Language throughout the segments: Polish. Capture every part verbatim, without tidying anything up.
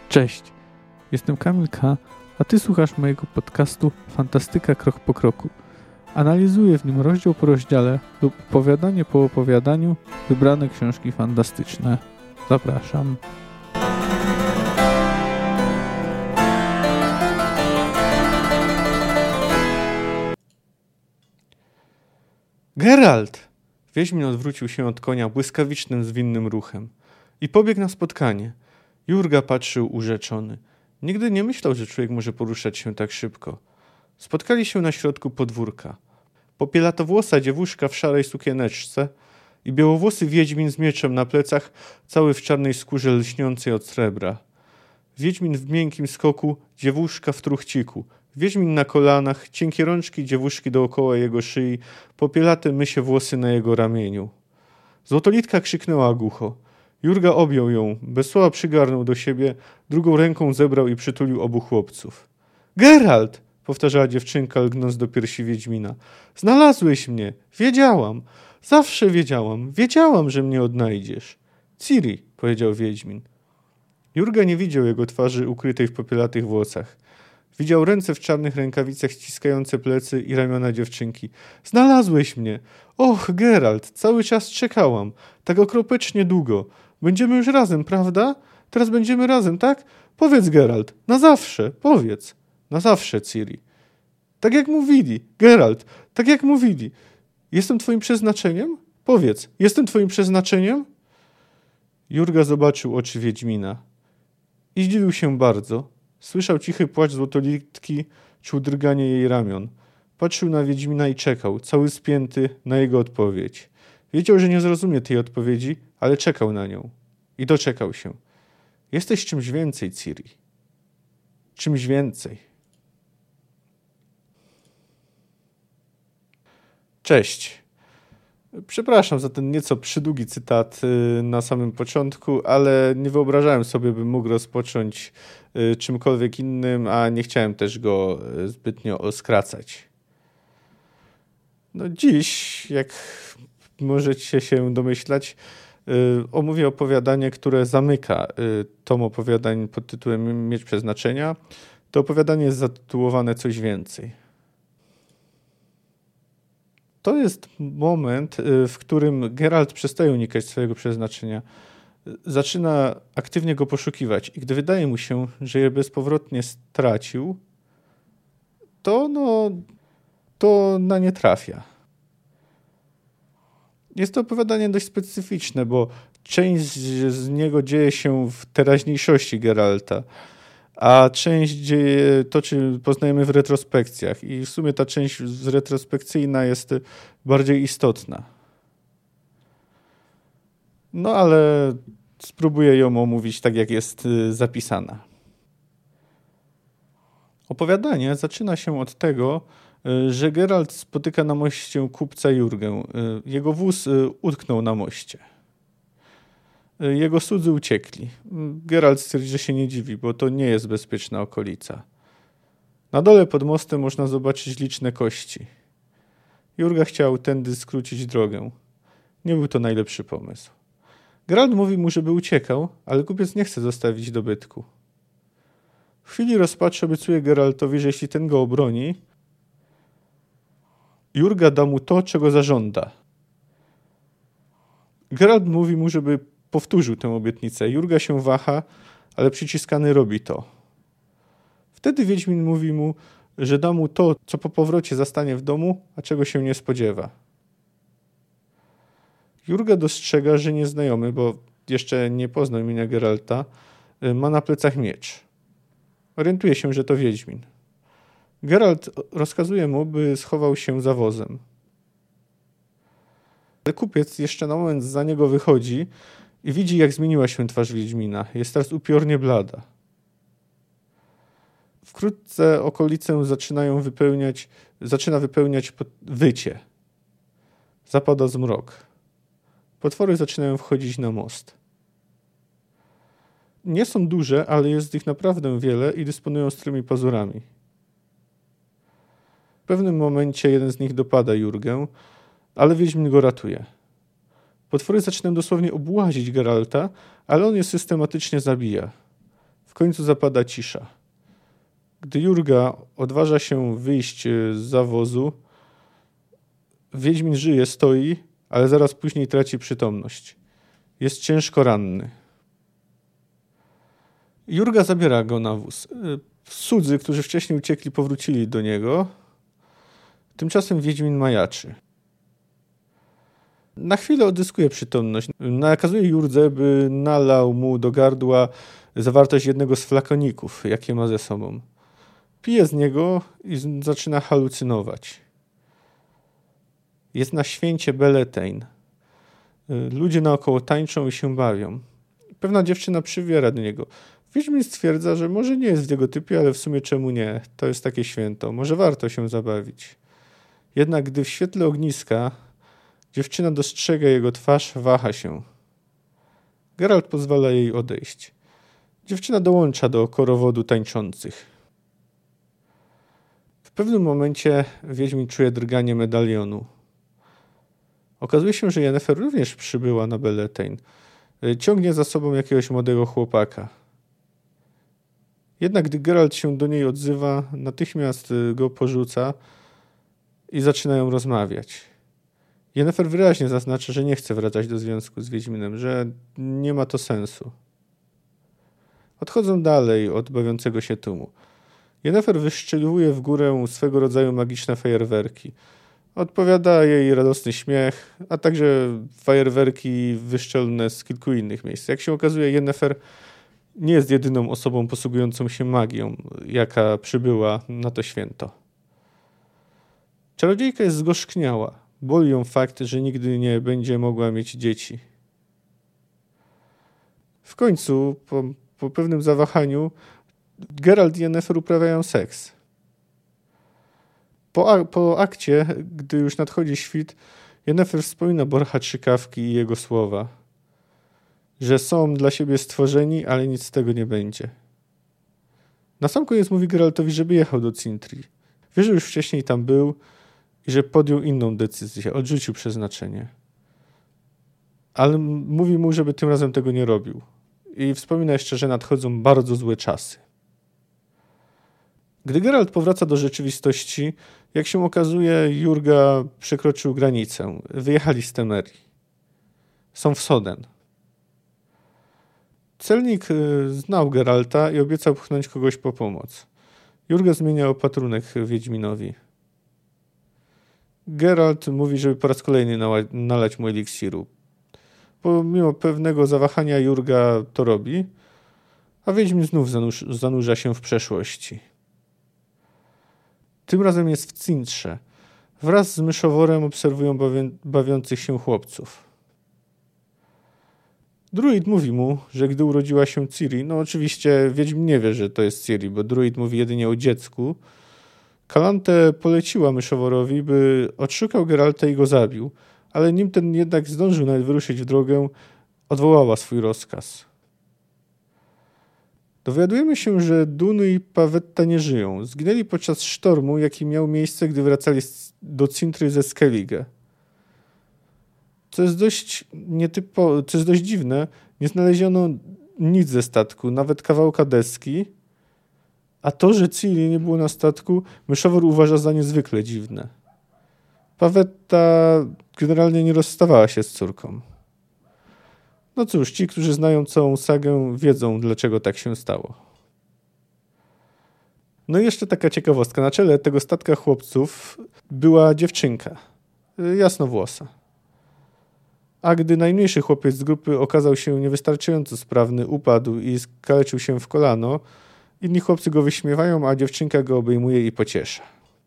Cześć, jestem Kamil K., a Ty słuchasz mojego podcastu Fantastyka Krok po Kroku. Analizuję w nim rozdział po rozdziale lub opowiadanie po opowiadaniu wybrane książki fantastyczne. Zapraszam. Geralt! Wiedźmin odwrócił się od konia błyskawicznym, zwinnym ruchem i pobiegł na spotkanie. Jurga patrzył urzeczony. Nigdy nie myślał, że człowiek może poruszać się tak szybko. Spotkali się na środku podwórka. Popielatowłosa dziewuszka w szarej sukieneczce i białowłosy wiedźmin z mieczem na plecach, cały w czarnej skórze lśniącej od srebra. Wiedźmin w miękkim skoku, dziewuszka w truchciku. Wiedźmin na kolanach, cienkie rączki dziewuszki dookoła jego szyi, popielate mysie włosy na jego ramieniu. Złotolitka krzyknęła głucho. Jurga objął ją, bez słowa przygarnął do siebie, drugą ręką zebrał i przytulił obu chłopców. Geralt! Powtarzała dziewczynka, lgnąc do piersi Wiedźmina. Znalazłeś mnie! Wiedziałam! Zawsze wiedziałam! Wiedziałam, że mnie odnajdziesz! Ciri! Powiedział Wiedźmin. Jurga nie widział jego twarzy ukrytej w popielatych włosach. Widział ręce w czarnych rękawicach ściskające plecy i ramiona dziewczynki. Znalazłeś mnie! Och, Geralt, cały czas czekałam. Tak okropiecznie długo. Będziemy już razem, prawda? Teraz będziemy razem, tak? Powiedz, Geralt, na zawsze, powiedz. Na zawsze, Ciri. Tak jak mówili, Geralt, tak jak mówili. Jestem twoim przeznaczeniem? Powiedz, jestem twoim przeznaczeniem? Jurga zobaczył oczy Wiedźmina i zdziwił się bardzo. Słyszał cichy płacz złotolitki, czuł drganie jej ramion. Patrzył na Wiedźmina i czekał, cały spięty, na jego odpowiedź. Wiedział, że nie zrozumie tej odpowiedzi, ale czekał na nią. I doczekał się. Jesteś czymś więcej, Ciri. Czymś więcej. Cześć. Przepraszam za ten nieco przydługi cytat na samym początku, ale nie wyobrażałem sobie, bym mógł rozpocząć czymkolwiek innym, a nie chciałem też go zbytnio skracać. No dziś, jak możecie się domyślać, omówię opowiadanie, które zamyka tom opowiadań pod tytułem Miecz Przeznaczenia. To opowiadanie jest zatytułowane Coś więcej. To jest moment, w którym Geralt przestaje unikać swojego przeznaczenia. Zaczyna aktywnie go poszukiwać i gdy wydaje mu się, że je bezpowrotnie stracił, to, no, to na nie trafia. Jest to opowiadanie dość specyficzne, bo część z niego dzieje się w teraźniejszości Geralta, a część dzieje to, czy poznajemy w retrospekcjach. I w sumie ta część retrospekcyjna jest bardziej istotna. No ale spróbuję ją omówić tak, jak jest zapisana. Opowiadanie zaczyna się od tego, że Geralt spotyka na moście kupca Jurgę. Jego wóz utknął na moście. Jego słudzy uciekli. Geralt stwierdzi, że się nie dziwi, bo to nie jest bezpieczna okolica. Na dole pod mostem można zobaczyć liczne kości. Jurga chciał tędy skrócić drogę. Nie był to najlepszy pomysł. Geralt mówi mu, żeby uciekał, ale kupiec nie chce zostawić dobytku. W chwili rozpaczy obiecuje Geraltowi, że jeśli ten go obroni, Jurga da mu to, czego zażąda. Geralt mówi mu, żeby powtórzył tę obietnicę. Jurga się waha, ale przyciskany robi to. Wtedy Wiedźmin mówi mu, że da mu to, co po powrocie zastanie w domu, a czego się nie spodziewa. Jurga dostrzega, że nieznajomy, bo jeszcze nie poznał imienia Geralta, ma na plecach miecz. Orientuje się, że to Wiedźmin. Geralt rozkazuje mu, by schował się za wozem. Ale kupiec jeszcze na moment za niego wychodzi i widzi, jak zmieniła się twarz Wiedźmina. Jest teraz upiornie blada. Wkrótce okolicę zaczynają wypełniać, zaczyna wypełniać wycie. Zapada zmrok. Potwory zaczynają wchodzić na most. Nie są duże, ale jest ich naprawdę wiele i dysponują ostrymi pazurami. W pewnym momencie jeden z nich dopada Jurgę, ale Wiedźmin go ratuje. Potwory zaczynają dosłownie obłazić Geralta, ale on je systematycznie zabija. W końcu zapada cisza. Gdy Jurga odważa się wyjść z zawozu, Wiedźmin żyje, stoi, ale zaraz później traci przytomność. Jest ciężko ranny. Jurga zabiera go na wóz. Cudzy, którzy wcześniej uciekli, powrócili do niego. Tymczasem Wiedźmin majaczy. Na chwilę odzyskuje przytomność. Nakazuje Jurdze, by nalał mu do gardła zawartość jednego z flakoników, jakie ma ze sobą. Pije z niego i zaczyna halucynować. Jest na święcie Beltane. Ludzie naokoło tańczą i się bawią. Pewna dziewczyna przybiera do niego. Wiedźmin stwierdza, że może nie jest w jego typie, ale w sumie czemu nie? To jest takie święto. Może warto się zabawić. Jednak gdy w świetle ogniska dziewczyna dostrzega jego twarz, waha się. Geralt pozwala jej odejść. Dziewczyna dołącza do korowodu tańczących. W pewnym momencie Wiedźmin czuje drganie medalionu. Okazuje się, że Yennefer również przybyła na Beltane. Ciągnie za sobą jakiegoś młodego chłopaka. Jednak gdy Geralt się do niej odzywa, natychmiast go porzuca i zaczynają rozmawiać. Yennefer wyraźnie zaznacza, że nie chce wracać do związku z Wiedźminem, że nie ma to sensu. Odchodzą dalej od bawiącego się tłumu. Yennefer wyszczeliwuje w górę swego rodzaju magiczne fajerwerki. Odpowiada jej radosny śmiech, a także fajerwerki wyszczelone z kilku innych miejsc. Jak się okazuje, Yennefer nie jest jedyną osobą posługującą się magią, jaka przybyła na to święto. Czarodziejka jest zgorzkniała. Boli ją fakt, że nigdy nie będzie mogła mieć dzieci. W końcu, po, po pewnym zawahaniu, Geralt i Yennefer uprawiają seks. Po, po akcie, gdy już nadchodzi świt, Yennefer wspomina Borcha Trzykawki i jego słowa, że są dla siebie stworzeni, ale nic z tego nie będzie. Na sam koniec mówi Geraltowi, żeby jechał do Cintri. Wie, że już wcześniej tam był i że podjął inną decyzję, odrzucił przeznaczenie. Ale mówi mu, żeby tym razem tego nie robił. I wspomina jeszcze, że nadchodzą bardzo złe czasy. Gdy Geralt powraca do rzeczywistości, jak się okazuje, Jurga przekroczył granicę. Wyjechali z Temerii. Są w Soden. Celnik znał Geralta i obiecał pchnąć kogoś po pomoc. Jurga zmienia opatrunek Wiedźminowi. Geralt mówi, żeby po raz kolejny nała- nalać mu eliksiru. Pomimo pewnego zawahania Jurga to robi, a Wiedźmin znów zanurz- zanurza się w przeszłości. Tym razem jest w Cintrze. Wraz z myszoworem obserwują bawię- bawiących się chłopców. Druid mówi mu, że gdy urodziła się Ciri, no oczywiście Wiedźmin nie wie, że to jest Ciri, bo druid mówi jedynie o dziecku, Kalantę poleciła myszoworowi, by odszukał Geralta i go zabił, ale nim ten jednak zdążył nawet wyruszyć w drogę, odwołała swój rozkaz. Dowiadujemy się, że Duny i Pawetta nie żyją. Zginęli podczas sztormu, jaki miał miejsce, gdy wracali do Cintry ze Skellige. Co jest dość nietypo, co jest dość dziwne, nie znaleziono nic ze statku, nawet kawałka deski, a to, że Ciri nie było na statku, myszowór uważa za niezwykle dziwne. Pawetta generalnie nie rozstawała się z córką. No cóż, ci, którzy znają całą sagę, wiedzą, dlaczego tak się stało. No i jeszcze taka ciekawostka. Na czele tego statka chłopców była dziewczynka, jasnowłosa. A gdy najmniejszy chłopiec z grupy okazał się niewystarczająco sprawny, upadł i skaleczył się w kolano, inni chłopcy go wyśmiewają, a dziewczynka go obejmuje i pociesza.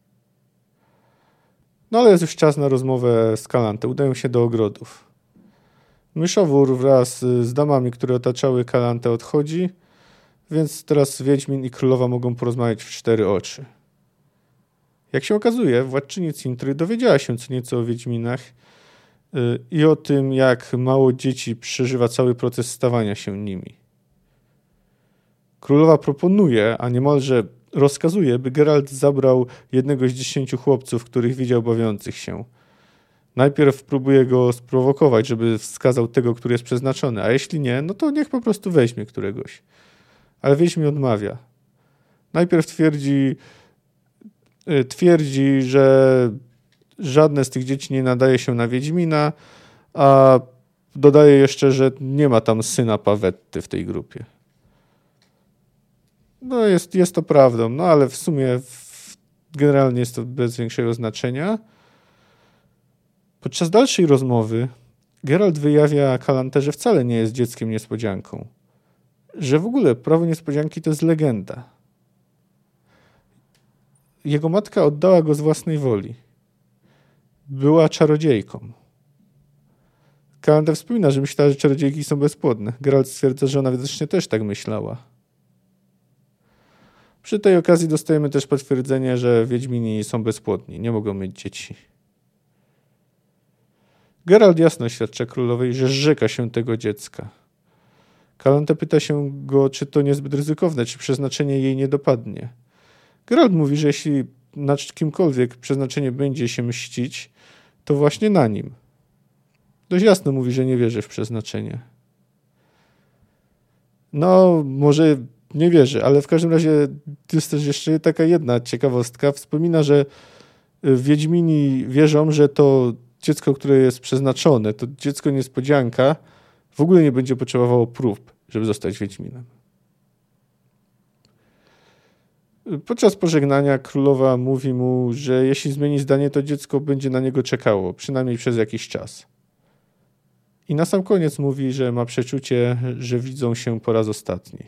No ale jest już czas na rozmowę z Kalantę. Udają się do ogrodów. Myszowór wraz z damami, które otaczały Kalantę, odchodzi, więc teraz Wiedźmin i królowa mogą porozmawiać w cztery oczy. Jak się okazuje, władczyni Cintry dowiedziała się co nieco o Wiedźminach i o tym, jak mało dzieci przeżywa cały proces stawania się nimi. Królowa proponuje, a niemalże rozkazuje, by Geralt zabrał jednego z dziesięciu chłopców, których widział bawiących się. Najpierw próbuje go sprowokować, żeby wskazał tego, który jest przeznaczony, a jeśli nie, no to niech po prostu weźmie któregoś. ale Wiedźmin odmawia. Najpierw twierdzi, twierdzi, że żadne z tych dzieci nie nadaje się na Wiedźmina, a dodaje jeszcze, że nie ma tam syna Pawetty w tej grupie. No jest, jest to prawdą, no ale w sumie w, generalnie jest to bez większego znaczenia. Podczas dalszej rozmowy Geralt wyjawia Kalantę, że wcale nie jest dzieckiem niespodzianką. Że w ogóle prawo niespodzianki to jest legenda. Jego matka oddała go z własnej woli. Była czarodziejką. Kalanta wspomina, że myślała, że czarodziejki są bezpłodne. Geralt stwierdza, że ona widocznie też tak myślała. Przy tej okazji dostajemy też potwierdzenie, że Wiedźmini są bezpłodni, nie mogą mieć dzieci. Geralt jasno oświadcza królowej, że zrzeka się tego dziecka. Kalanta pyta się go, czy to niezbyt ryzykowne, czy przeznaczenie jej nie dopadnie. Geralt mówi, że jeśli nad kimkolwiek przeznaczenie będzie się mścić, to właśnie na nim. Dość jasno mówi, że nie wierzy w przeznaczenie. No, może nie wierzy, ale w każdym razie jest też jeszcze taka jedna ciekawostka. Wspomina, że Wiedźmini wierzą, że to dziecko, które jest przeznaczone, to dziecko niespodzianka, w ogóle nie będzie potrzebowało prób, żeby zostać Wiedźminem. Podczas pożegnania królowa mówi mu, że jeśli zmieni zdanie, to dziecko będzie na niego czekało, przynajmniej przez jakiś czas. I na sam koniec mówi, że ma przeczucie, że widzą się po raz ostatni.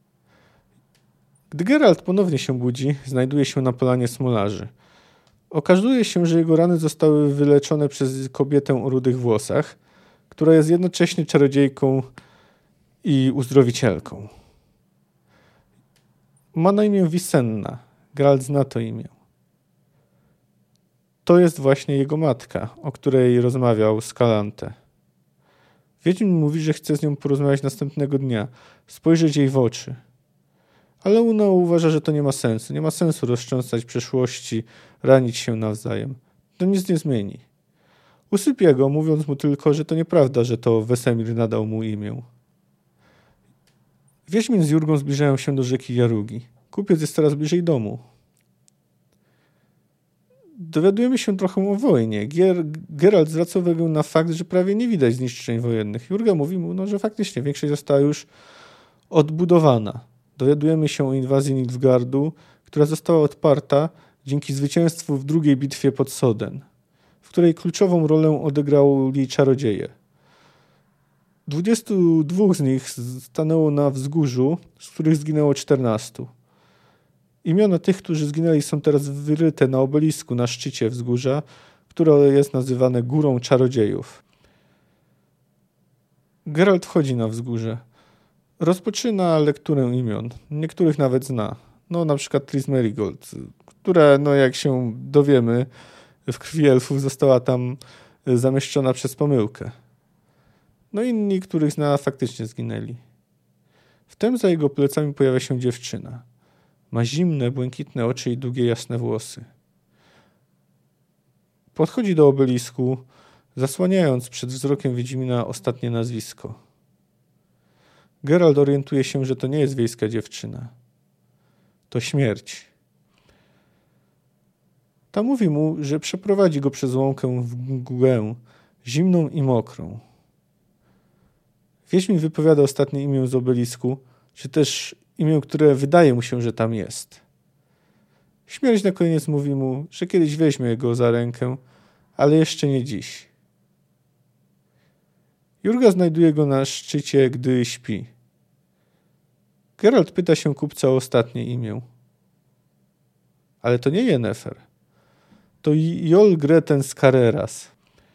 Gdy Geralt ponownie się budzi, znajduje się na polanie smolarzy. Okazuje się, że jego rany zostały wyleczone przez kobietę o rudych włosach, która jest jednocześnie czarodziejką i uzdrowicielką. Ma na imię Wisenna. Geralt zna to imię. To jest właśnie jego matka, o której rozmawiał z Kalantę. Wiedźmin mówi, że chce z nią porozmawiać następnego dnia, spojrzeć jej w oczy. Ale ona uważa, że to nie ma sensu. Nie ma sensu roztrząsać przeszłości, ranić się nawzajem. To nic nie zmieni. Usypia go, mówiąc mu tylko, że to nieprawda, że to Wesemir nadał mu imię. Wiedźmin z Jurgą zbliżają się do rzeki Jarugi. Kupiec jest coraz bliżej domu. Dowiadujemy się trochę o wojnie. Gier, Geralt zwraca uwagę na fakt, że prawie nie widać zniszczeń wojennych. Jurga mówi mu, no, że faktycznie większość została już odbudowana. Dowiadujemy się o inwazji Nilfgaardu, która została odparta dzięki zwycięstwu w drugiej bitwie pod Soden, w której kluczową rolę odegrali czarodzieje. Dwudziestu dwóch z nich stanęło na wzgórzu, z których zginęło czternastu. Imiona tych, którzy zginęli, są teraz wyryte na obelisku na szczycie wzgórza, które jest nazywane Górą Czarodziejów. Geralt wchodzi na wzgórze. Rozpoczyna lekturę imion. Niektórych nawet zna. No na przykład Triss Merigold, która, no jak się dowiemy, w krwi elfów została tam zamieszczona przez pomyłkę. No inni, których zna, faktycznie zginęli. Wtem za jego plecami pojawia się dziewczyna. Ma zimne, błękitne oczy i długie, jasne włosy. Podchodzi do obelisku, zasłaniając przed wzrokiem Wiedźmina ostatnie nazwisko. Geralt orientuje się, że to nie jest wiejska dziewczyna. To śmierć. Ta mówi mu, że przeprowadzi go przez łąkę w mgłę, zimną i mokrą. Wiedźmin wypowiada ostatnie imię z obelisku, czy też imię, które wydaje mu się, że tam jest. Śmierć na koniec mówi mu, że kiedyś weźmie go za rękę, ale jeszcze nie dziś. Jurga znajduje go na szczycie, gdy śpi. Geralt pyta się kupca o ostatnie imię. Ale to nie Yennefer. To Jol Greten z Carreras.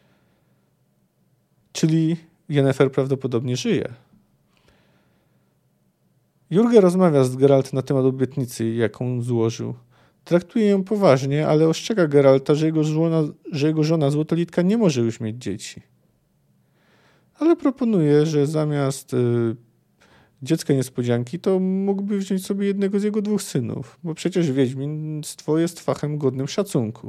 Czyli Yennefer prawdopodobnie żyje. Jurga rozmawia z Geralt na temat obietnicy, jaką złożył. Traktuje ją poważnie, ale ostrzega Geralta, że jego żona, że jego żona Złotolitka nie może już mieć dzieci. Ale proponuje, że zamiast y, dziecka niespodzianki, to mógłby wziąć sobie jednego z jego dwóch synów, bo przecież wiedźmiństwo jest fachem godnym szacunku.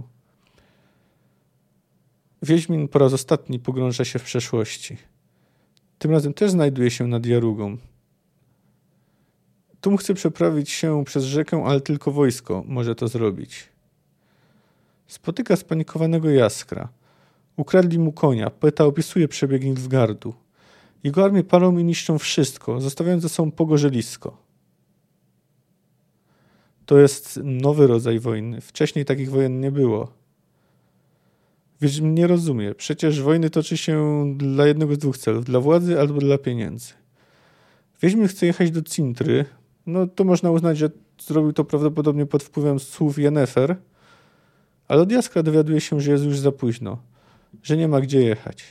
Wiedźmin po raz ostatni pogrąża się w przeszłości. Tym razem też znajduje się nad Jarugą. Tum chce przeprawić się przez rzekę, ale tylko wojsko może to zrobić. Spotyka spanikowanego Jaskra. Ukradli mu konia. Poeta opisuje przebieg Nilfgaardu. Jego armie palą i niszczą wszystko, zostawiając za sobą pogorzelisko. To jest nowy rodzaj wojny. Wcześniej takich wojen nie było. Wiedźmin nie rozumie. Przecież wojny toczy się dla jednego z dwóch celów. Dla władzy albo dla pieniędzy. Wiedźmin chce jechać do Cintry. No to można uznać, że zrobił to prawdopodobnie pod wpływem słów Yennefer. Ale od Jaskra dowiaduje się, że jest już za późno. Że nie ma gdzie jechać.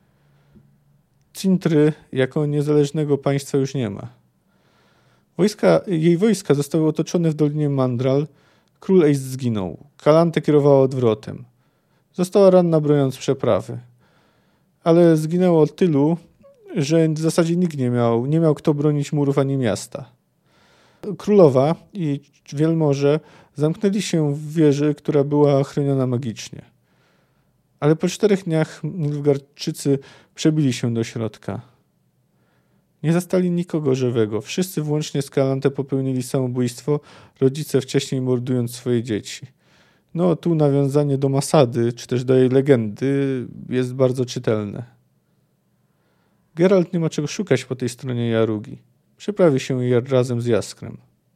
Cintry jako niezależnego państwa już nie ma. Wojska, jej wojska zostały otoczone w Dolinie Mandral. Król Ace zginął. Kalantę kierowała odwrotem. Została ranna broniąc przeprawy. Ale zginęło tylu, że w zasadzie nikt nie miał, nie miał kto bronić murów ani miasta. Królowa i wielmoże zamknęli się w wieży, która była chroniona magicznie. Ale po czterech dniach Nilfgaardczycy przebili się do środka. Nie zastali nikogo żywego. Wszyscy włącznie z Kalantę popełnili samobójstwo, rodzice wcześniej mordując swoje dzieci. No tu nawiązanie do Masady, czy też do jej legendy jest bardzo czytelne. Geralt nie ma czego szukać po tej stronie Jarugi. Przeprawi się je razem z Jaskrem.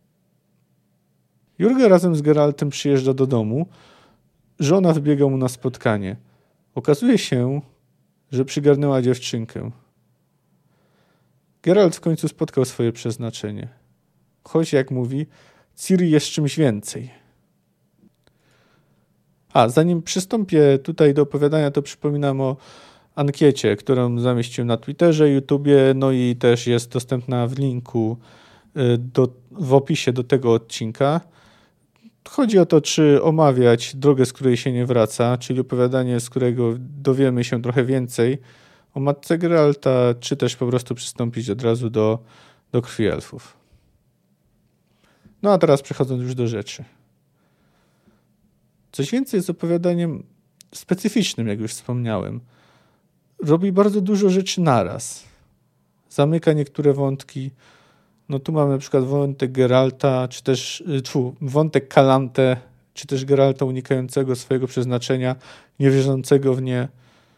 Jurga razem z Geraltem przyjeżdża do domu. Żona wybiega mu na spotkanie. Okazuje się, że przygarnęła dziewczynkę. Geralt w końcu spotkał swoje przeznaczenie. Choć, jak mówi, Ciri jest czymś więcej. A, zanim przystąpię tutaj do opowiadania, to przypominam o ankiecie, którą zamieściłem na Twitterze, YouTubie, no i też jest dostępna w linku do, w opisie do tego odcinka. Chodzi o to, czy omawiać Drogę, z której się nie wraca, czyli opowiadanie, z którego dowiemy się trochę więcej o matce Geralta, czy też po prostu przystąpić od razu do, do Krwi Elfów. No a teraz przechodząc już do rzeczy. Coś więcej z opowiadaniem specyficznym, jak już wspomniałem. Robi bardzo dużo rzeczy naraz. Zamyka niektóre wątki. No tu mamy na przykład wątek Geralta, czy też tfu, wątek Kalantę, czy też Geralta unikającego swojego przeznaczenia, niewierzącego w nie.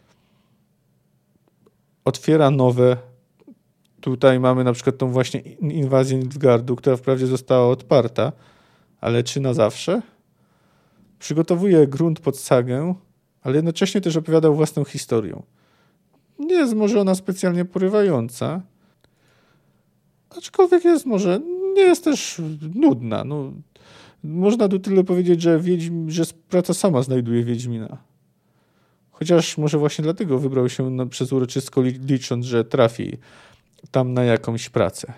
Otwiera nowe. Tutaj mamy na przykład tą właśnie inwazję Nilfgaardu, która wprawdzie została odparta, ale czy na zawsze? Przygotowuje grunt pod sagę, ale jednocześnie też opowiadał własną historią. Nie jest może ona specjalnie porywająca, aczkolwiek jest może, nie jest też nudna. No, można tu tyle powiedzieć, że, Wiedźm, że praca sama znajduje Wiedźmina. Chociaż może właśnie dlatego wybrał się na, przez uroczysko, licząc, że trafi tam na jakąś pracę.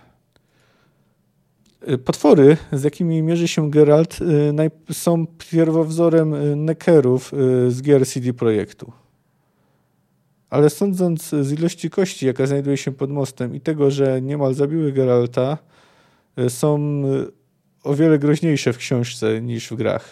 Potwory, z jakimi mierzy się Geralt, są pierwowzorem nekerów z gier C D Projektu. Ale sądząc z ilości kości, jaka znajduje się pod mostem i tego, że niemal zabiły Geralta, są o wiele groźniejsze w książce niż w grach.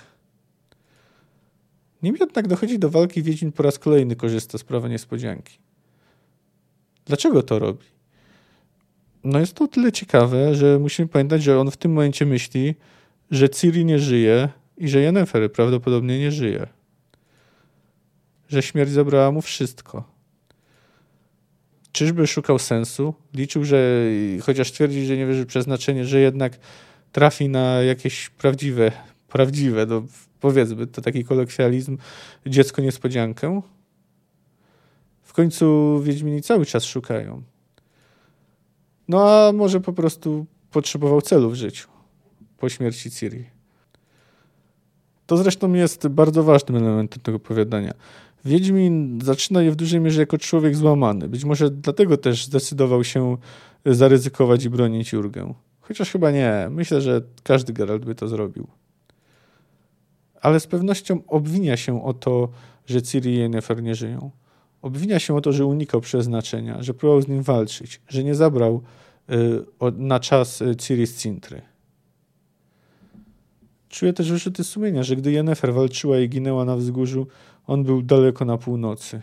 Nim jednak dochodzi do walki, Wiedźmin po raz kolejny korzysta z prawa niespodzianki. Dlaczego to robi? No jest to o tyle ciekawe, że musimy pamiętać, że on w tym momencie myśli, że Ciri nie żyje i że Yennefer prawdopodobnie nie żyje. Że śmierć zabrała mu wszystko. Czyżby szukał sensu? Liczył, że chociaż twierdzi, że nie wierzy w przeznaczenie, że jednak trafi na jakieś prawdziwe, prawdziwe, no powiedzmy, to taki kolokwializm, dziecko niespodziankę. W końcu Wiedźmini cały czas szukają. No a może po prostu potrzebował celu w życiu po śmierci Ciri. To zresztą jest bardzo ważnym elementem tego opowiadania. Wiedźmin zaczyna je w dużej mierze jako człowiek złamany. Być może dlatego też zdecydował się zaryzykować i bronić Jurgę. Chociaż chyba nie. Myślę, że każdy Geralt by to zrobił. Ale z pewnością obwinia się o to, że Ciri i Yennefer nie żyją. Obwinia się o to, że unikał przeznaczenia, że próbował z nim walczyć, że nie zabrał y, o, na czas Ciri z Cintry. Czuje też wyrzuty sumienia, że gdy Yennefer walczyła i ginęła na wzgórzu, on był daleko na północy.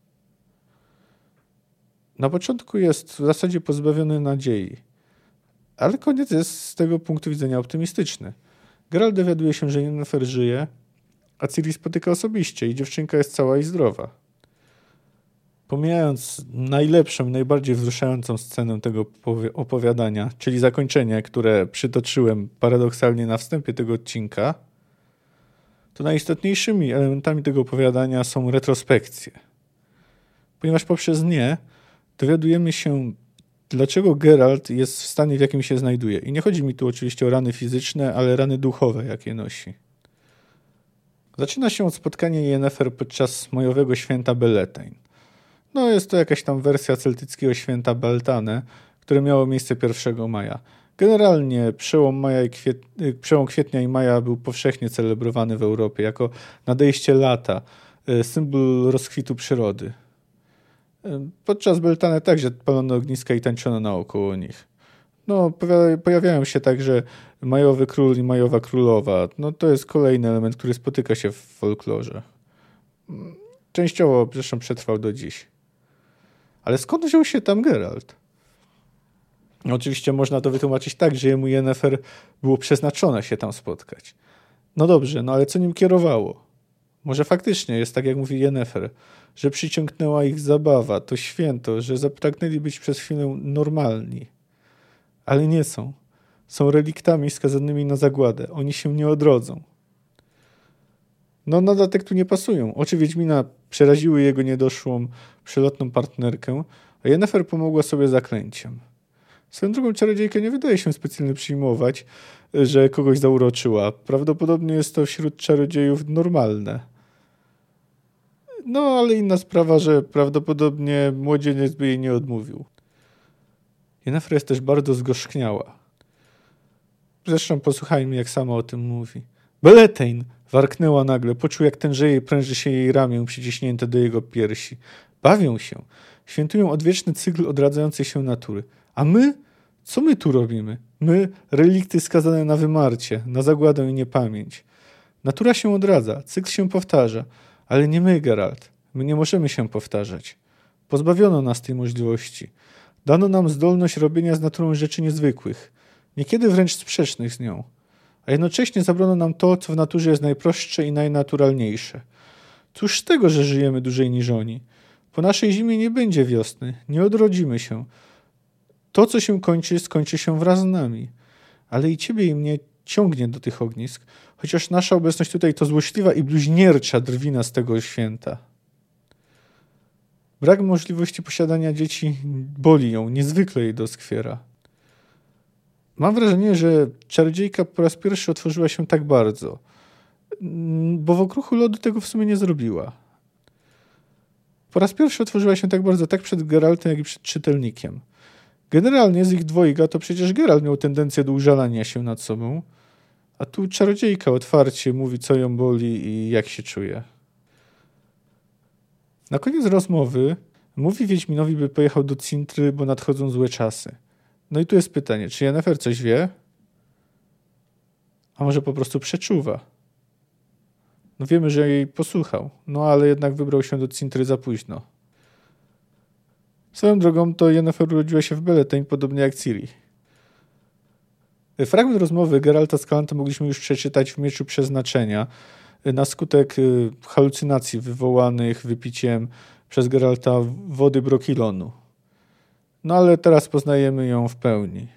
Na początku jest w zasadzie pozbawiony nadziei. Ale koniec jest z tego punktu widzenia optymistyczny. Geralt dowiaduje się, że Yennefer żyje, a Ciri spotyka osobiście i dziewczynka jest cała i zdrowa. Pomijając najlepszą, najbardziej wzruszającą scenę tego opowiadania, czyli zakończenie, które przytoczyłem paradoksalnie na wstępie tego odcinka, to najistotniejszymi elementami tego opowiadania są retrospekcje. Ponieważ poprzez nie dowiadujemy się, dlaczego Geralt jest w stanie, w jakim się znajduje. I nie chodzi mi tu oczywiście o rany fizyczne, ale rany duchowe, jakie nosi. Zaczyna się od spotkania Yennefer podczas majowego święta Beltane. No jest to jakaś tam wersja celtyckiego święta Beltane, które miało miejsce pierwszego maja. Generalnie przełom, maja i kwiet... przełom kwietnia i maja był powszechnie celebrowany w Europie jako nadejście lata, symbol rozkwitu przyrody. Podczas Beltane także palono ogniska i tańczono naokoło nich. No, pojawiają się także majowy król i majowa królowa. No, to jest kolejny element, który spotyka się w folklorze. Częściowo zresztą przetrwał do dziś. Ale skąd wziął się tam Geralt? No, oczywiście można to wytłumaczyć tak, że jemu Yennefer było przeznaczone się tam spotkać. No dobrze, no ale co nim kierowało? Może faktycznie jest tak, jak mówi Yennefer, że przyciągnęła ich zabawa, to święto, że zapragnęli być przez chwilę normalni. Ale nie są. Są reliktami skazanymi na zagładę. Oni się nie odrodzą. No na dodatek tu nie pasują. Oczy Wiedźmina przeraziły jego niedoszłą, przelotną partnerkę, a Yennefer pomogła sobie zaklęciem. Swoją drugą czarodziejkę nie wydaje się specjalnie przyjmować, że kogoś zauroczyła. Prawdopodobnie jest to wśród czarodziejów normalne. No ale inna sprawa, że prawdopodobnie młodzieniec by jej nie odmówił. Yennefer jest też bardzo zgorzkniała. Zresztą posłuchajmy, jak sama o tym mówi. Beltane! Warknęła nagle. Poczuł, jak tężeje pręży się jej ramię przyciśnięte do jego piersi. Bawią się. Świętują odwieczny cykl odradzającej się natury. A my? Co my tu robimy? My, relikty skazane na wymarcie, na zagładę i niepamięć. Natura się odradza, cykl się powtarza. Ale nie my, Geralt. My nie możemy się powtarzać. Pozbawiono nas tej możliwości. Dano nam zdolność robienia z naturą rzeczy niezwykłych, niekiedy wręcz sprzecznych z nią. A jednocześnie zabrano nam to, co w naturze jest najprostsze i najnaturalniejsze. Cóż z tego, że żyjemy dłużej niż oni? Po naszej zimie nie będzie wiosny, nie odrodzimy się. To, co się kończy, skończy się wraz z nami. Ale i ciebie i mnie ciągnie do tych ognisk, chociaż nasza obecność tutaj to złośliwa i bluźniercza drwina z tego święta. Brak możliwości posiadania dzieci boli ją, niezwykle jej doskwiera. Mam wrażenie, że czarodziejka po raz pierwszy otworzyła się tak bardzo, bo w okruchu lodu tego w sumie nie zrobiła. Po raz pierwszy otworzyła się tak bardzo tak przed Geraltem, jak i przed czytelnikiem. Generalnie z ich dwojga to przecież Geralt miał tendencję do użalania się nad sobą, a tu czarodziejka otwarcie mówi, co ją boli i jak się czuje. Na koniec rozmowy mówi Wiedźminowi, by pojechał do Cintry, bo nadchodzą złe czasy. No i tu jest pytanie, czy Yennefer coś wie? A może po prostu przeczuwa? No wiemy, że jej posłuchał, no ale jednak wybrał się do Cintry za późno. Swoją drogą to Yennefer urodziła się w Beltane, podobnie jak Ciri. Fragment rozmowy Geralta z Calantem mogliśmy już przeczytać w Mieczu Przeznaczenia na skutek halucynacji wywołanych wypiciem przez Geralta wody Brokilonu. No ale teraz poznajemy ją w pełni.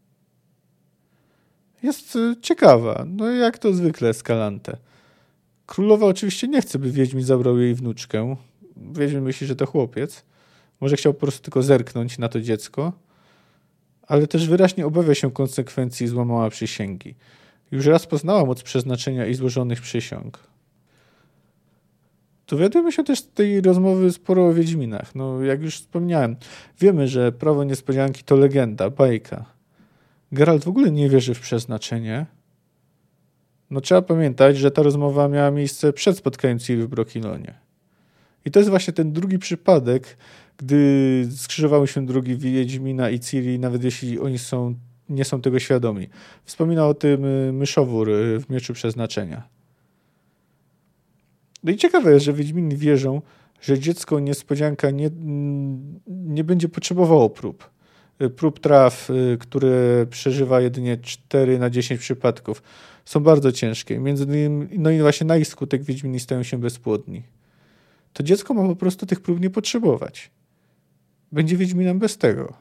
Jest ciekawa, no jak to zwykle Escalante. Królowa oczywiście nie chce, by Wiedźmin zabrał jej wnuczkę. Wiedźmin myśli, że to chłopiec. Może chciał po prostu tylko zerknąć na to dziecko. Ale też wyraźnie obawia się konsekwencji i złamała przysięgi. Już raz poznała moc przeznaczenia i złożonych przysiąg. Dowiadujemy się też z tej rozmowy sporo o Wiedźminach. No, jak już wspomniałem, wiemy, że prawo niespodzianki to legenda, bajka. Geralt w ogóle nie wierzy w przeznaczenie. No trzeba pamiętać, że ta rozmowa miała miejsce przed spotkaniem Ciri w Brokilonie. I to jest właśnie ten drugi przypadek, gdy skrzyżowały się drogi Wiedźmina i Ciri, nawet jeśli oni są, nie są tego świadomi. Wspomina o tym myszowór w Mieczu Przeznaczenia. No i ciekawe jest, że Wiedźmini wierzą, że dziecko niespodzianka nie, nie będzie potrzebowało prób. prób traw, które przeżywa jedynie cztery na dziesięć przypadków, są bardzo ciężkie. Między innymi, no i właśnie na ich skutek Wiedźmini stają się bezpłodni. To dziecko ma po prostu tych prób nie potrzebować. Będzie Wiedźminem bez tego.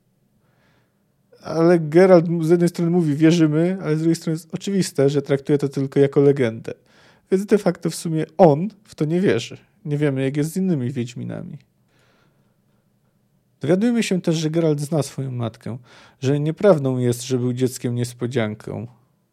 Ale Geralt z jednej strony mówi wierzymy, ale z drugiej strony jest oczywiste, że traktuje to tylko jako legendę. Więc de facto w sumie on w to nie wierzy. Nie wiemy, jak jest z innymi Wiedźminami. Dowiadujemy się też, że Geralt zna swoją matkę, że nieprawdą jest, że był dzieckiem niespodzianką.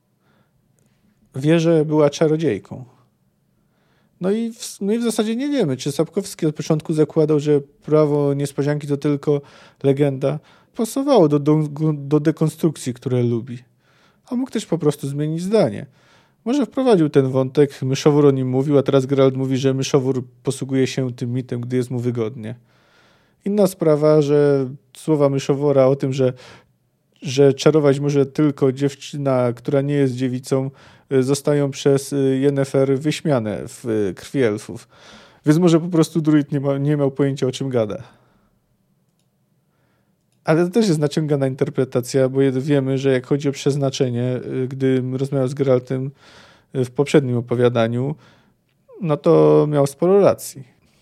Wie, że była czarodziejką. No i, w, no i w zasadzie nie wiemy, czy Sapkowski od początku zakładał, że prawo niespodzianki to tylko legenda. Pasowało do, do, do dekonstrukcji, które lubi. A mógł też po prostu zmienić zdanie. Może wprowadził ten wątek, Myszowór o nim mówił, a teraz Geralt mówi, że Myszowór posługuje się tym mitem, gdy jest mu wygodnie. Inna sprawa, że słowa Myszowora o tym, że, że czarować może tylko dziewczyna, która nie jest dziewicą, zostają przez Yennefer wyśmiane w Krwi Elfów. Więc może po prostu druid nie, ma, nie miał pojęcia, o czym gada. Ale to też jest naciągana interpretacja, bo wiemy, że jak chodzi o przeznaczenie, gdy rozmawiał z Geraltem w poprzednim opowiadaniu, no to miał sporo racji.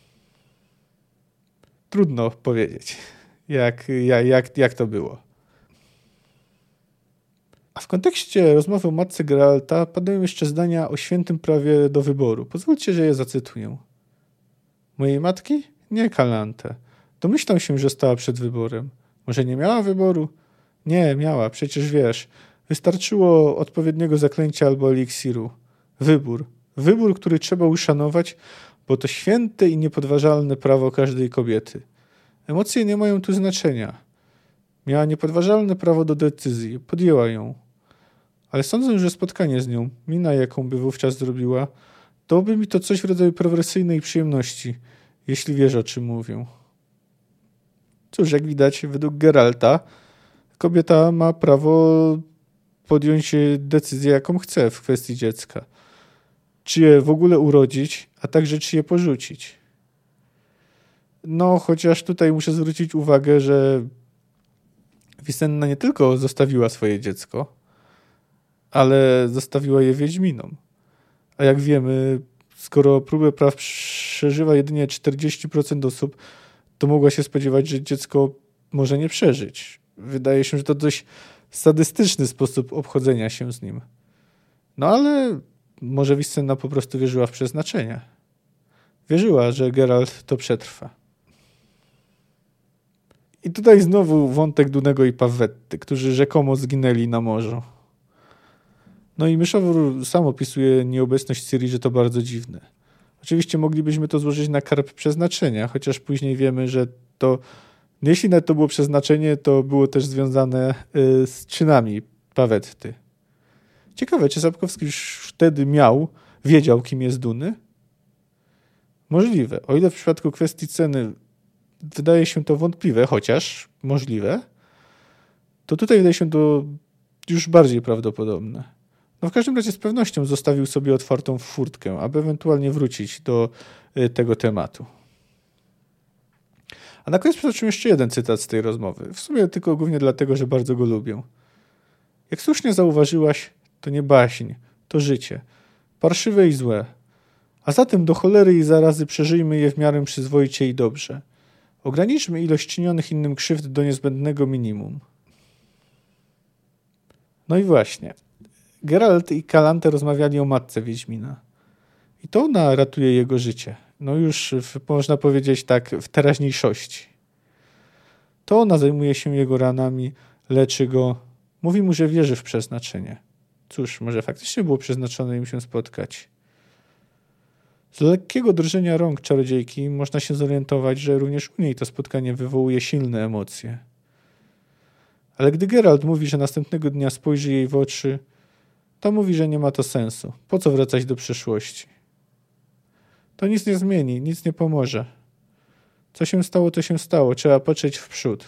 Trudno powiedzieć, jak, jak, jak to było. A w kontekście rozmowy o matce Geralta padają jeszcze zdania o świętym prawie do wyboru. Pozwólcie, że je zacytuję. Mojej matki? Nie, Kalantę. Domyślam się, że stała przed wyborem. Może nie miała wyboru? Nie, miała, przecież wiesz. Wystarczyło odpowiedniego zaklęcia albo eliksiru. Wybór. Wybór, który trzeba uszanować, bo to święte i niepodważalne prawo każdej kobiety. Emocje nie mają tu znaczenia. Miała niepodważalne prawo do decyzji. Podjęła ją. Ale sądzę, że spotkanie z nią, mina jaką by wówczas zrobiła, dałoby mi to coś w rodzaju perwersyjnej przyjemności, jeśli wiesz, o czym mówię. Cóż, jak widać, według Geralta kobieta ma prawo podjąć decyzję, jaką chce w kwestii dziecka. Czy je w ogóle urodzić, a także czy je porzucić. No, chociaż tutaj muszę zwrócić uwagę, że Wisenna nie tylko zostawiła swoje dziecko, ale zostawiła je Wiedźminom. A jak wiemy, skoro próbę praw przeżywa jedynie czterdzieści procent osób, to mogła się spodziewać, że dziecko może nie przeżyć. Wydaje się, że to dość sadystyczny sposób obchodzenia się z nim. No ale może Wisenna po prostu wierzyła w przeznaczenie. Wierzyła, że Geralt to przetrwa. I tutaj znowu wątek Dunego i Pawetty, którzy rzekomo zginęli na morzu. No i Myszowór sam opisuje nieobecność Ciri, że to bardzo dziwne. Oczywiście moglibyśmy to złożyć na karb przeznaczenia, chociaż później wiemy, że to, jeśli nawet to było przeznaczenie, to było też związane y, z czynami Pawetty. Ciekawe, czy Sapkowski już wtedy miał, wiedział, kim jest Duny? Możliwe. O ile w przypadku kwestii ceny wydaje się to wątpliwe, chociaż możliwe, to tutaj wydaje się to już bardziej prawdopodobne. No w każdym razie z pewnością zostawił sobie otwartą furtkę, aby ewentualnie wrócić do tego tematu. A na koniec przytoczę jeszcze jeden cytat z tej rozmowy. W sumie tylko głównie dlatego, że bardzo go lubię. Jak słusznie zauważyłaś, to nie baśń, to życie. Parszywe i złe. A zatem do cholery i zarazy przeżyjmy je w miarę przyzwoicie i dobrze. Ograniczmy ilość czynionych innym krzywd do niezbędnego minimum. No i właśnie. Geralt i Kalantę rozmawiali o matce Wiedźmina. I to ona ratuje jego życie. No już w, można powiedzieć tak, w teraźniejszości. To ona zajmuje się jego ranami, leczy go, mówi mu, że wierzy w przeznaczenie. Cóż, może faktycznie było przeznaczone im się spotkać. Z lekkiego drżenia rąk czarodziejki można się zorientować, że również u niej to spotkanie wywołuje silne emocje. Ale gdy Geralt mówi, że następnego dnia spojrzy jej w oczy, to mówi, że nie ma to sensu. Po co wracać do przeszłości? To nic nie zmieni, nic nie pomoże. Co się stało, to się stało. Trzeba patrzeć w przód.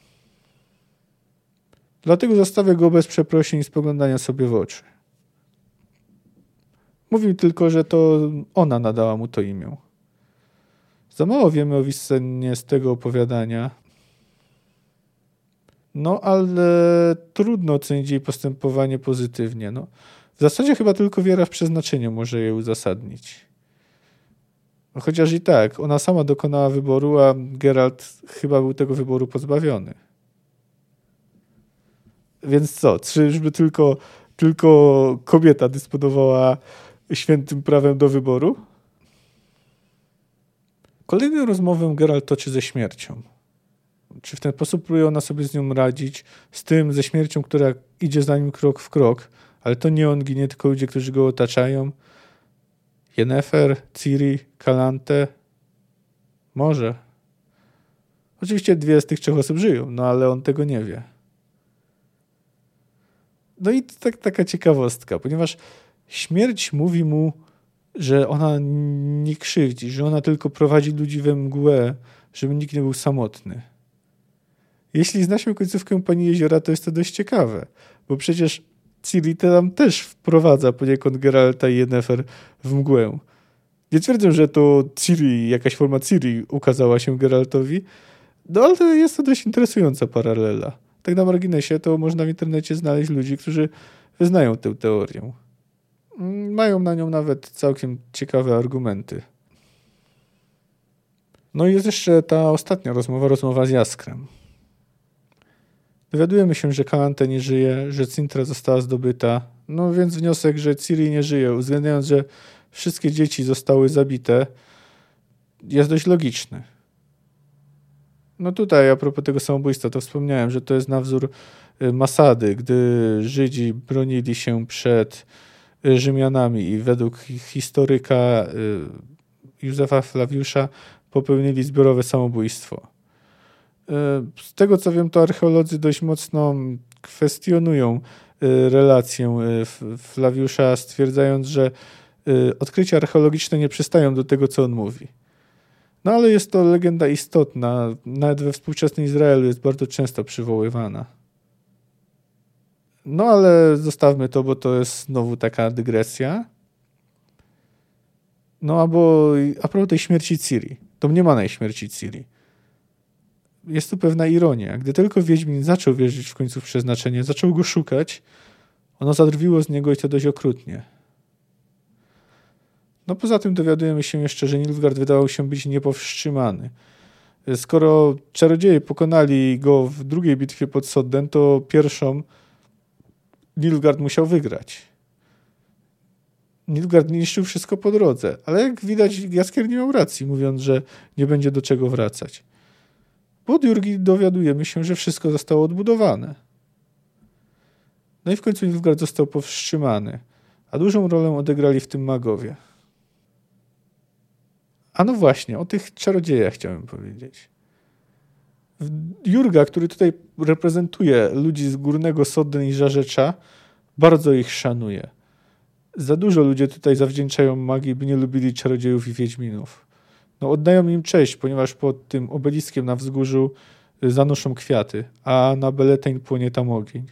Dlatego zostawię go bez przeprosin i spoglądania sobie w oczy. Mówił tylko, że to ona nadała mu to imię. Za mało wiemy o Wisennie z tego opowiadania. No, ale trudno ocenić jej postępowanie pozytywnie. No, w zasadzie chyba tylko wiara w przeznaczenie może je uzasadnić. Chociaż i tak, ona sama dokonała wyboru, a Geralt chyba był tego wyboru pozbawiony. Więc co? Czyżby tylko, tylko kobieta dysponowała świętym prawem do wyboru? Kolejną rozmowę Geralt toczy ze śmiercią. Czy w ten sposób próbuje ona sobie z nią radzić, z tym, ze śmiercią, która idzie za nim krok w krok, ale to nie on ginie, tylko ludzie, którzy go otaczają. Yennefer, Ciri, Calanthe. Może. Oczywiście dwie z tych trzech osób żyją, no ale on tego nie wie. No i tak, taka ciekawostka, ponieważ śmierć mówi mu, że ona nie krzywdzi, że ona tylko prowadzi ludzi we mgłę, żeby nikt nie był samotny. Jeśli znaśmy końcówkę Pani Jeziora, to jest to dość ciekawe, bo przecież Ciri tam też wprowadza poniekąd Geralta i Yennefer w mgłę. Nie twierdzę, że to Ciri, jakaś forma Ciri ukazała się Geraltowi, no ale jest to dość interesująca paralela. Tak na marginesie to można w internecie znaleźć ludzi, którzy wyznają tę teorię. Mają na nią nawet całkiem ciekawe argumenty. No i jest jeszcze ta ostatnia rozmowa, rozmowa z Jaskrem. Dowiadujemy się, że Calanthe nie żyje, że Cintra została zdobyta, no więc wniosek, że Ciri nie żyje, uwzględniając, że wszystkie dzieci zostały zabite, jest dość logiczny. No tutaj a propos tego samobójstwa, to wspomniałem, że to jest na wzór Masady, gdy Żydzi bronili się przed Rzymianami i według historyka Józefa Flawiusza popełnili zbiorowe samobójstwo. Z tego co wiem, to archeolodzy dość mocno kwestionują relację Flawiusza, stwierdzając, że odkrycia archeologiczne nie przystają do tego, co on mówi. No ale jest to legenda istotna, nawet we współczesnym Izraelu jest bardzo często przywoływana. No ale zostawmy to, bo to jest znowu taka dygresja. No albo a propos tej śmierci Ciri, to mniemanej śmierci Ciri. Jest tu pewna ironia. Gdy tylko Wiedźmin zaczął wierzyć w końcu w przeznaczenie, zaczął go szukać, ono zadrwiło z niego i to dość okrutnie. No poza tym dowiadujemy się jeszcze, że Nilfgaard wydawał się być niepowstrzymany. Skoro czarodzieje pokonali go w drugiej bitwie pod Sodden, to pierwszą Nilfgaard musiał wygrać. Nilfgaard niszczył wszystko po drodze, ale jak widać Jaskier nie miał racji, mówiąc, że nie będzie do czego wracać. Po od Jurgi dowiadujemy się, że wszystko zostało odbudowane. No i w końcu Nilfgaard został powstrzymany, a dużą rolę odegrali w tym magowie. A no właśnie, o tych czarodziejach chciałem powiedzieć. Jurga, który tutaj reprezentuje ludzi z Górnego Sodden i Żarzecza, bardzo ich szanuje. Za dużo ludzie tutaj zawdzięczają magii, by nie lubili czarodziejów i wiedźminów. No, oddają im cześć, ponieważ pod tym obeliskiem na wzgórzu zanoszą kwiaty, a na Beletaine płonie tam ogień.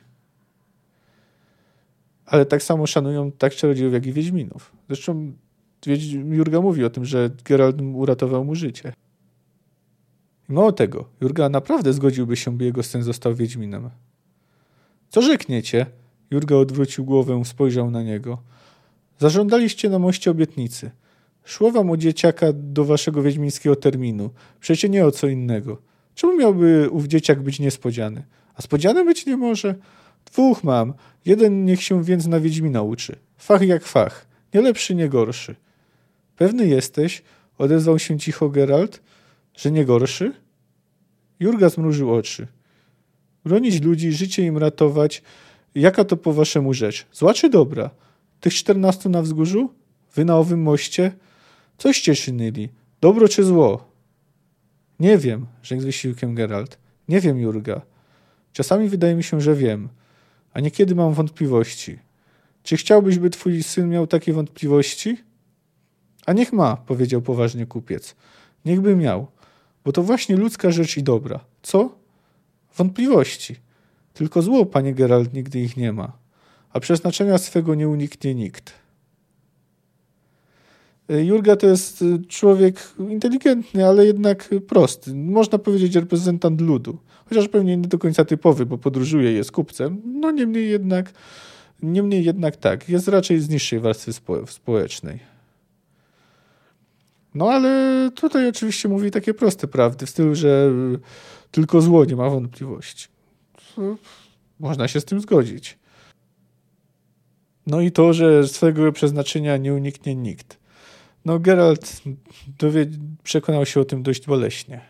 Ale tak samo szanują tak czarodziejów, jak i wiedźminów. Zresztą Jurga mówi o tym, że Geralt uratował mu życie. I mało tego, Jurga naprawdę zgodziłby się, by jego syn został wiedźminem. Co rzekniecie? Jurga odwrócił głowę, spojrzał na niego. Zażądaliście na moście obietnicy. Szło wam o dzieciaka do waszego wiedźmińskiego terminu. Przecie nie o co innego. Czemu miałby ów dzieciak być niespodziany? A spodziany być nie może? Dwóch mam. Jeden niech się więc na wiedźmina uczy. Fach jak fach. Nie lepszy, nie gorszy. Pewny jesteś, odezwał się cicho Geralt, że nie gorszy? Jurga zmrużył oczy. Bronić ludzi, życie im ratować. Jaka to po waszemu rzecz? Zła czy dobra? Tych czternastu na wzgórzu? Wy na owym moście? Coście czynili? Dobro czy zło? Nie wiem, rzekł z wysiłkiem Geralt. Nie wiem, Jurga. Czasami wydaje mi się, że wiem, a niekiedy mam wątpliwości. Czy chciałbyś, by twój syn miał takie wątpliwości? A niech ma, powiedział poważnie kupiec. Niechby miał, bo to właśnie ludzka rzecz i dobra. Co? Wątpliwości. Tylko zło, panie Geralt, nigdy ich nie ma, a przeznaczenia swego nie uniknie nikt. Jurga to jest człowiek inteligentny, ale jednak prosty. Można powiedzieć reprezentant ludu. Chociaż pewnie nie do końca typowy, bo podróżuje, jest kupcem. No niemniej jednak, niemniej jednak tak. Jest raczej z niższej warstwy spo- społecznej. No ale tutaj oczywiście mówi takie proste prawdy w stylu, że tylko zło nie ma wątpliwości. Można się z tym zgodzić. No i to, że swojego przeznaczenia nie uniknie nikt. No Geralt dowie- przekonał się o tym dość boleśnie.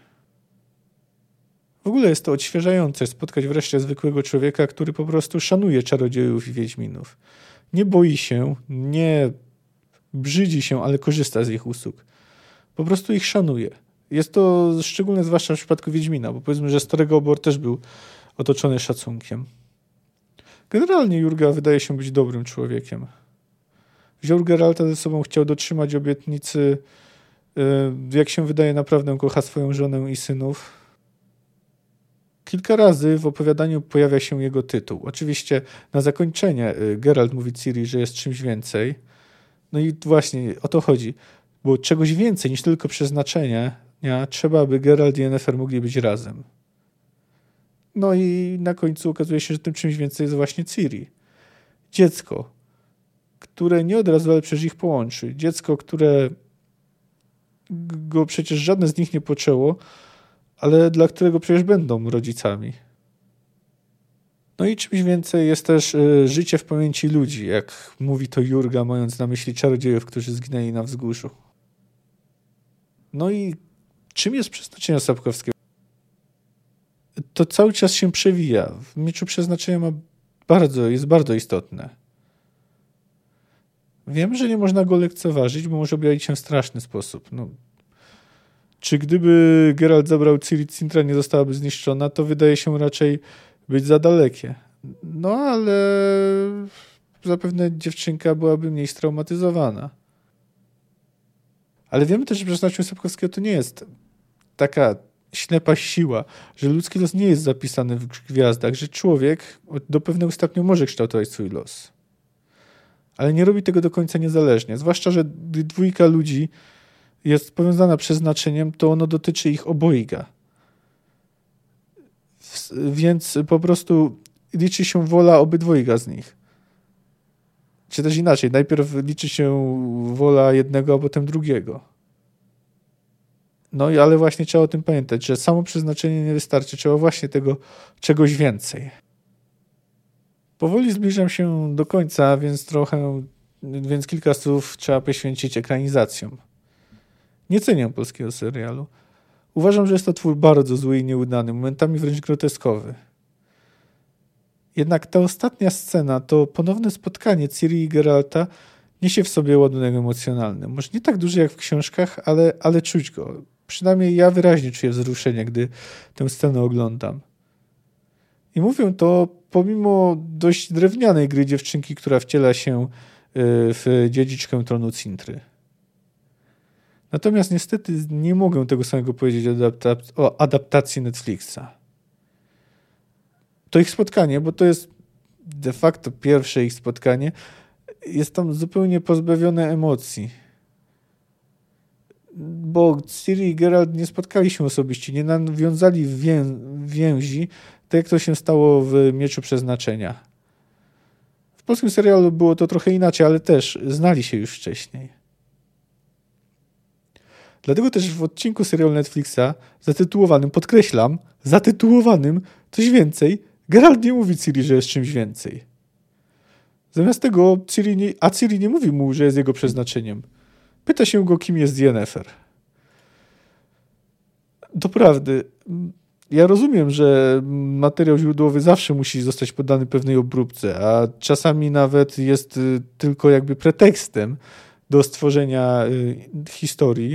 W ogóle jest to odświeżające spotkać wreszcie zwykłego człowieka, który po prostu szanuje czarodziejów i wiedźminów. Nie boi się, nie brzydzi się, ale korzysta z ich usług. Po prostu ich szanuje. Jest to szczególne zwłaszcza w przypadku Wiedźmina, bo powiedzmy, że Starego Obor też był otoczony szacunkiem. Generalnie Jurga wydaje się być dobrym człowiekiem. Wziął Geralta ze sobą, chciał dotrzymać obietnicy. Jak się wydaje, naprawdę kocha swoją żonę i synów. Kilka razy w opowiadaniu pojawia się jego tytuł. Oczywiście na zakończenie Geralt mówi Ciri, że jest czymś więcej. No i właśnie o to chodzi. Bo czegoś więcej niż tylko przeznaczenie, nie? Trzeba, by Geralt i Yennefer mogli być razem. No i na końcu okazuje się, że tym czymś więcej jest właśnie Ciri. Dziecko, które nie od razu, ale przecież ich połączy. Dziecko, które go przecież żadne z nich nie poczęło, ale dla którego przecież będą rodzicami. No i czymś więcej jest też y, życie w pamięci ludzi, jak mówi to Jurga, mając na myśli czarodziejów, którzy zginęli na wzgórzu. No i czym jest przeznaczenie Sapkowskiego? To cały czas się przewija. W mieczu przeznaczenia ma bardzo, jest bardzo istotne. Wiem, że nie można go lekceważyć, bo może objawić się w straszny sposób. No. Czy gdyby Geralt zabrał Ciri, Cintra nie zostałaby zniszczona, to wydaje się raczej być za dalekie. No ale zapewne dziewczynka byłaby mniej straumatyzowana. Ale wiemy też, że przeznaczenie Sapkowskiego to nie jest taka ślepa siła, że ludzki los nie jest zapisany w gwiazdach, że człowiek do pewnego stopnia może kształtować swój los. Ale nie robi tego do końca niezależnie. Zwłaszcza, że gdy dwójka ludzi jest powiązana przeznaczeniem, to ono dotyczy ich obojga. Więc po prostu liczy się wola obydwojga z nich. Czy też inaczej, najpierw liczy się wola jednego, a potem drugiego. No i ale właśnie trzeba o tym pamiętać, że samo przeznaczenie nie wystarczy. Trzeba właśnie tego czegoś więcej. Powoli zbliżam się do końca, więc trochę, więc kilka słów trzeba poświęcić ekranizacjom. Nie cenię polskiego serialu. Uważam, że jest to twór bardzo zły i nieudany, momentami wręcz groteskowy. Jednak ta ostatnia scena, to ponowne spotkanie Ciri i Geralta niesie w sobie ładunek emocjonalny. Może nie tak duży jak w książkach, ale, ale czuć go. Przynajmniej ja wyraźnie czuję wzruszenie, gdy tę scenę oglądam. I mówię to pomimo dość drewnianej gry dziewczynki, która wciela się w dziedziczkę tronu Cintry. Natomiast niestety nie mogę tego samego powiedzieć o, adapta- o adaptacji Netflixa. To ich spotkanie, bo to jest de facto pierwsze ich spotkanie, jest tam zupełnie pozbawione emocji. Bo Ciri i Geralt nie spotkali się osobiście, nie nawiązali wię- więzi, tak jak to się stało w Mieczu Przeznaczenia. W polskim serialu było to trochę inaczej, ale też znali się już wcześniej. Dlatego też w odcinku serialu Netflixa zatytułowanym, podkreślam, zatytułowanym coś więcej, Geralt nie mówi Ciri, że jest czymś więcej. Zamiast tego Ciri nie, a Ciri nie mówi mu, że jest jego przeznaczeniem. Pyta się go, kim jest Yennefer. Doprawdy, ja rozumiem, że materiał źródłowy zawsze musi zostać poddany pewnej obróbce, a czasami nawet jest tylko jakby pretekstem do stworzenia historii,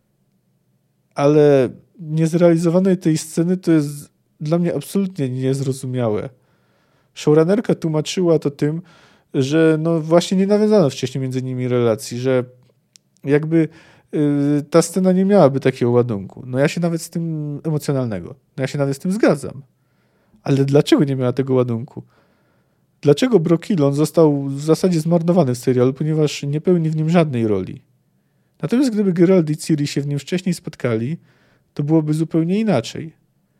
ale niezrealizowanie tej sceny to jest dla mnie absolutnie niezrozumiałe. Showrunnerka tłumaczyła to tym, że no właśnie nie nawiązano wcześniej między nimi relacji, że jakby yy, ta scena nie miałaby takiego ładunku. No ja się nawet z tym emocjonalnego. No ja się nawet z tym zgadzam. Ale dlaczego nie miała tego ładunku? Dlaczego Brokilon został w zasadzie zmarnowany w serialu, ponieważ nie pełni w nim żadnej roli? Natomiast gdyby Geralt i Ciri się w nim wcześniej spotkali, to byłoby zupełnie inaczej.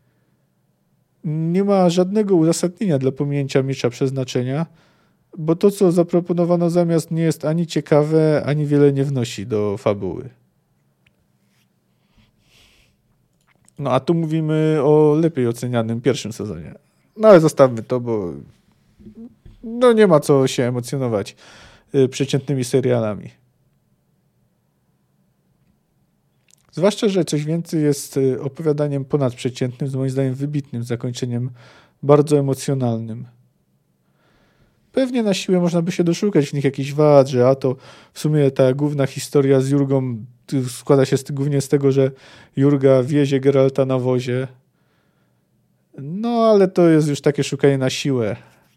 Nie ma żadnego uzasadnienia dla pominięcia Miecza Przeznaczenia, bo to, co zaproponowano zamiast, nie jest ani ciekawe, ani wiele nie wnosi do fabuły. No a tu mówimy o lepiej ocenianym pierwszym sezonie. No ale zostawmy to, bo no nie ma co się emocjonować y, przeciętnymi serialami. Zwłaszcza, że Coś więcej jest y, opowiadaniem ponadprzeciętnym, z moim zdaniem wybitnym zakończeniem, bardzo emocjonalnym. Pewnie na siłę można by się doszukać w nich jakichś wad, że a to w sumie ta główna historia z Jurgą składa się z, głównie z tego, że Jurga wiezie Geralta na wozie. No, ale to jest już takie szukanie na siłę.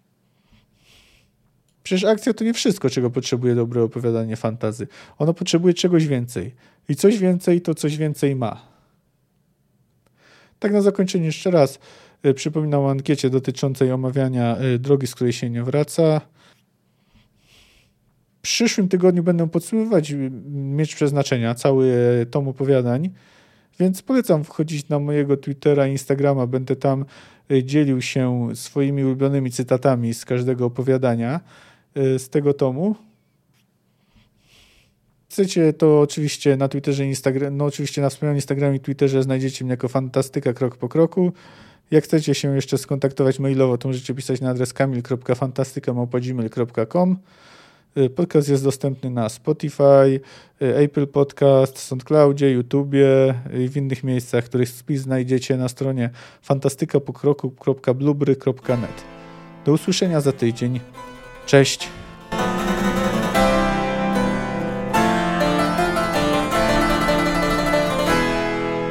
Przecież akcja to nie wszystko, czego potrzebuje dobre opowiadanie fantasy. Ono potrzebuje czegoś więcej. I coś więcej to coś więcej ma. Tak na zakończenie jeszcze raz y, przypominam o ankiecie dotyczącej omawiania y, drogi, z której się nie wraca. W przyszłym tygodniu będę podsumowywać Miecz Przeznaczenia, cały tom opowiadań, więc polecam wchodzić na mojego Twittera i Instagrama. Będę tam dzielił się swoimi ulubionymi cytatami z każdego opowiadania z tego tomu. Chcecie, to oczywiście na Twitterze i Instagramie, no oczywiście na wspomnianym Instagramie i Twitterze znajdziecie mnie jako Fantastyka Krok po Kroku. Jak chcecie się jeszcze skontaktować mailowo, to możecie pisać na adres kamil kropka fantastyka małpa gmail kropka com. Podcast jest dostępny na Spotify, Apple Podcast, SoundCloudzie, YouTubie i w innych miejscach, których spis znajdziecie na stronie fantastykapokroku kropka blueberry kropka net. Do usłyszenia za tydzień. Cześć!